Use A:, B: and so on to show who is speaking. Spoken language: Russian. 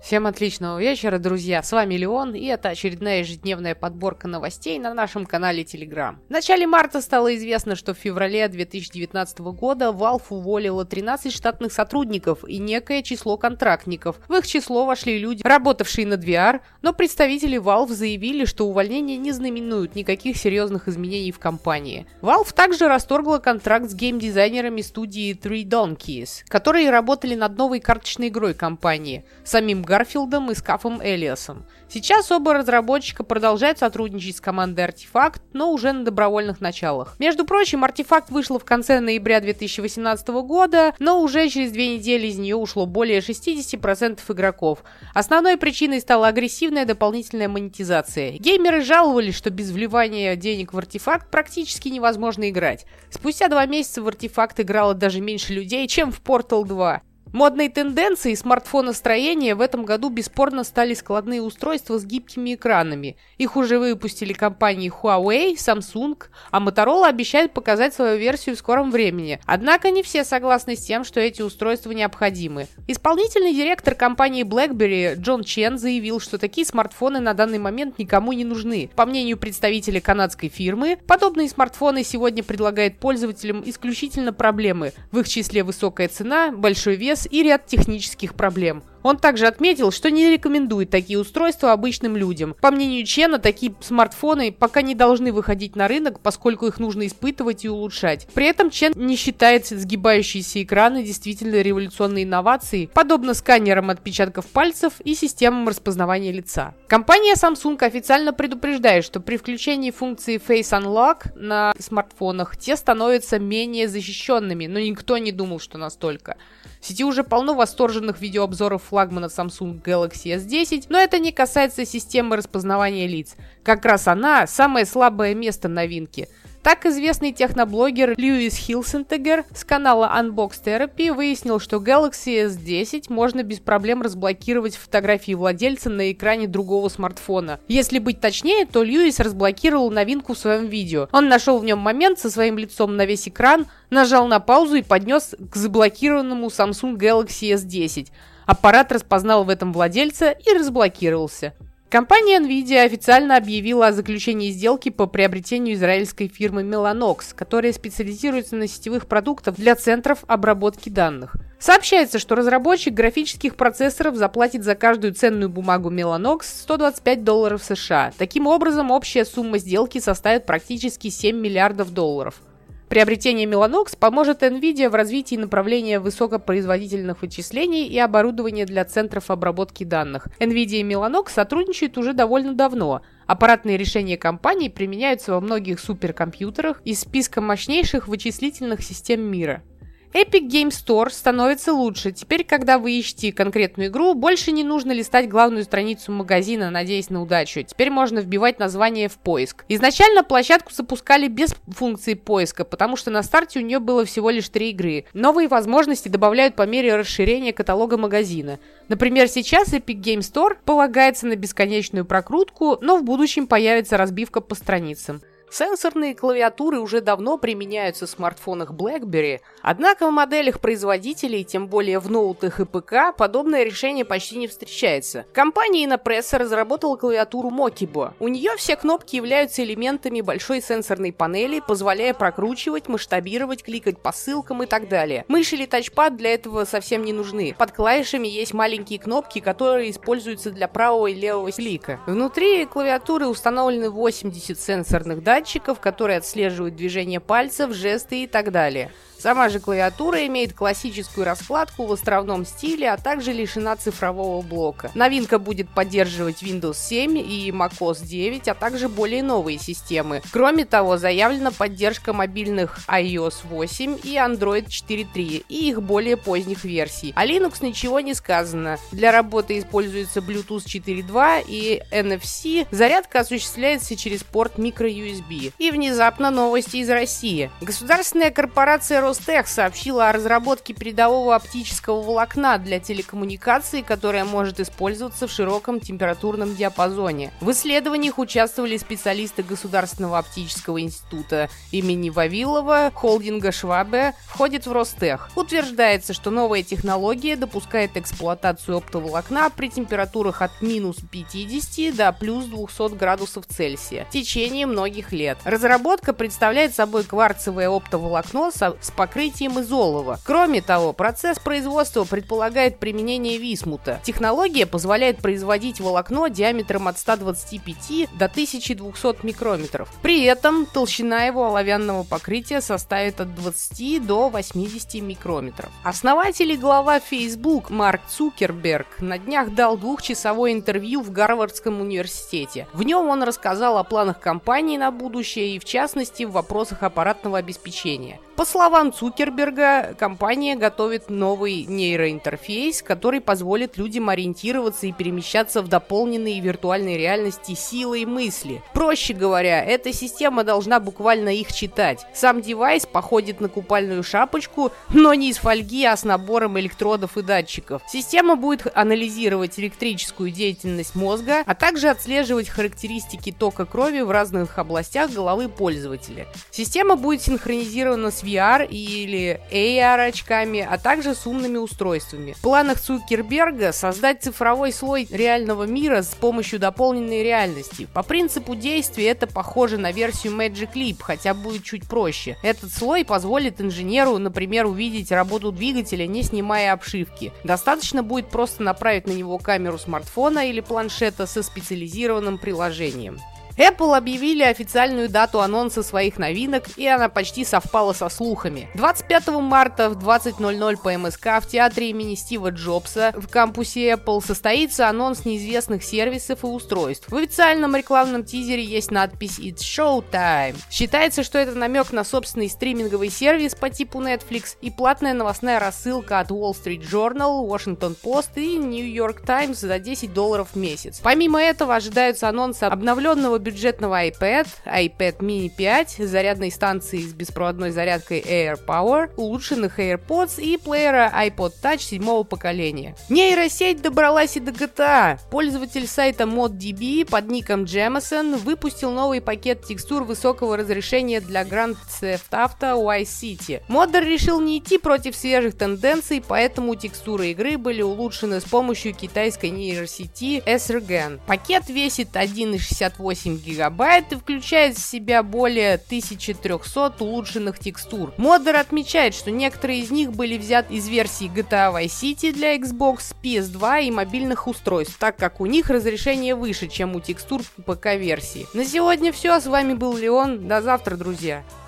A: Всем отличного вечера, друзья, с вами Леон, и это очередная ежедневная подборка новостей на нашем канале Telegram. В начале марта стало известно, что в феврале 2019 года Valve уволила 13 штатных сотрудников и некое число контрактников. В их число вошли люди, работавшие над VR, но представители Valve заявили, что увольнения не знаменуют никаких серьезных изменений в компании. Valve также расторгла контракт с геймдизайнерами студии Three Donkeys, которые работали над новой карточной игрой компании, самим Гарфилдом и Скафом Элиасом. Сейчас оба разработчика продолжают сотрудничать с командой Artifact, но уже на добровольных началах. Между прочим, Artifact вышла в конце ноября 2018 года, но уже через 2 недели из нее ушло более 60% игроков. Основной причиной стала агрессивная дополнительная монетизация. Геймеры жаловались, что без вливания денег в Artifact практически невозможно играть. Спустя 2 месяца в Artifact играло даже меньше людей, чем в Portal 2. Модной тенденцией смартфоностроения в этом году бесспорно стали складные устройства с гибкими экранами. Их уже выпустили компании Huawei, Samsung, а Motorola обещает показать свою версию в скором времени. Однако не все согласны с тем, что эти устройства необходимы. Исполнительный директор компании BlackBerry Джон Чен заявил, что такие смартфоны на данный момент никому не нужны. По мнению представителя канадской фирмы, подобные смартфоны сегодня предлагают пользователям исключительно проблемы, в их числе высокая цена, большой вес и ряд технических проблем. Он также отметил, что не рекомендует такие устройства обычным людям. По мнению Чена, такие смартфоны пока не должны выходить на рынок, поскольку их нужно испытывать и улучшать. При этом Чен не считает сгибающиеся экраны действительно революционной инновацией, подобно сканерам отпечатков пальцев и системам распознавания лица. Компания Samsung официально предупреждает, что при включении функции Face Unlock на смартфонах те становятся менее защищенными, но никто не думал, что настолько. В сети уже полно восторженных видеообзоров флагмана Samsung Galaxy S10, но это не касается системы распознавания лиц. Как раз она – самое слабое место новинки. Так, известный техноблогер Льюис Хилсентегер с канала Unbox Therapy выяснил, что Galaxy S10 можно без проблем разблокировать фотографии владельца на экране другого смартфона. Если быть точнее, то Льюис разблокировал новинку в своем видео. Он нашел в нем момент со своим лицом на весь экран, нажал на паузу и поднес к заблокированному Samsung Galaxy S10. Аппарат распознал в этом владельца и разблокировался. Компания Nvidia официально объявила о заключении сделки по приобретению израильской фирмы Mellanox, которая специализируется на сетевых продуктах для центров обработки данных. Сообщается, что разработчик графических процессоров заплатит за каждую ценную бумагу Mellanox $125 США. Таким образом, общая сумма сделки составит практически $7 миллиардов. Приобретение Mellanox поможет Nvidia в развитии направления высокопроизводительных вычислений и оборудования для центров обработки данных. Nvidia и Mellanox сотрудничают уже довольно давно. Аппаратные решения компании применяются во многих суперкомпьютерах из списка мощнейших вычислительных систем мира. Epic Games Store становится лучше. Теперь, когда вы ищете конкретную игру, больше не нужно листать главную страницу магазина, надеясь на удачу. Теперь можно вбивать название в поиск. Изначально площадку запускали без функции поиска, потому что на старте у нее было всего лишь 3 игры. Новые возможности добавляют по мере расширения каталога магазина. Например, сейчас Epic Games Store полагается на бесконечную прокрутку, но в будущем появится разбивка по страницам. Сенсорные клавиатуры уже давно применяются в смартфонах BlackBerry, однако в моделях производителей, тем более в ноутах и ПК, подобное решение почти не встречается. Компания Inapressa разработала клавиатуру Mokibo. У нее все кнопки являются элементами большой сенсорной панели, позволяя прокручивать, масштабировать, кликать по ссылкам и так далее. Мышь или тачпад для этого совсем не нужны. Под клавишами есть маленькие кнопки, которые используются для правого и левого клика. Внутри клавиатуры установлены 80 сенсорных датчиков, которые отслеживают движение пальцев, жесты и так далее. Сама же клавиатура имеет классическую раскладку в островном стиле, а также лишена цифрового блока. Новинка будет поддерживать Windows 7 и macOS 9, а также более новые системы. Кроме того, заявлена поддержка мобильных iOS 8 и Android 4.3 и их более поздних версий. О Linux ничего не сказано. Для работы используется Bluetooth 4.2 и NFC. Зарядка осуществляется через порт microUSB. И внезапно новости из России. Государственная корпорация Ростех сообщила о разработке передового оптического волокна для телекоммуникаций, которое может использоваться в широком температурном диапазоне. В исследованиях участвовали специалисты Государственного оптического института имени Вавилова, холдинга Швабе, входит в Ростех. Утверждается, что новая технология допускает эксплуатацию оптоволокна при температурах от минус 50 до плюс 200 градусов Цельсия в течение многих лет. Разработка представляет собой кварцевое оптоволокно с покрытием из олова. Кроме того, процесс производства предполагает применение висмута. Технология позволяет производить волокно диаметром от 125 до 1200 микрометров. При этом толщина его оловянного покрытия составит от 20 до 80 микрометров. Основатель и глава Facebook Марк Цукерберг на днях дал двухчасовое интервью в Гарвардском университете. В нем он рассказал о планах компании на будущее и, в частности, в вопросах аппаратного обеспечения. По словам Цукерберга, компания готовит новый нейроинтерфейс, который позволит людям ориентироваться и перемещаться в дополненной виртуальной реальности силой мысли. Проще говоря, эта система должна буквально их читать. Сам девайс походит на купальную шапочку, но не из фольги, а с набором электродов и датчиков. Система будет анализировать электрическую деятельность мозга, а также отслеживать характеристики тока крови в разных областях головы пользователя. Система будет синхронизирована с VR или AR очками, а также с умными устройствами. В планах Цукерберга создать цифровой слой реального мира с помощью дополненной реальности. По принципу действия это похоже на версию Magic Leap, хотя будет чуть проще. Этот слой позволит инженеру, например, увидеть работу двигателя, не снимая обшивки. Достаточно будет просто направить на него камеру смартфона или планшета со специализированным приложением. Apple объявили официальную дату анонса своих новинок, и она почти совпала со слухами. 25 марта в 20:00 по МСК в театре имени Стива Джобса в кампусе Apple состоится анонс неизвестных сервисов и устройств. В официальном рекламном тизере есть надпись «It's Showtime». Считается, что это намек на собственный стриминговый сервис по типу Netflix и платная новостная рассылка от Wall Street Journal, Washington Post и New York Times за $10 в месяц. Помимо этого ожидаются анонсы обновленного бюджетного iPad mini 5, зарядной станции с беспроводной зарядкой AirPower, улучшенных AirPods и плеера iPod Touch 7-го поколения. Нейросеть добралась и до GTA. Пользователь сайта ModDB под ником Jameson выпустил новый пакет текстур высокого разрешения для Grand Theft Auto Vice City. Моддер решил не идти против свежих тенденций, поэтому текстуры игры были улучшены с помощью китайской нейросети Esragen. Пакет весит 1,68 гигабайт и включает в себя более 1300 улучшенных текстур. Моддер отмечает, что некоторые из них были взяты из версии GTA Vice City для Xbox, PS2 и мобильных устройств, так как у них разрешение выше, чем у текстур ПК-версии. На сегодня все, с вами был Леон, до завтра, друзья!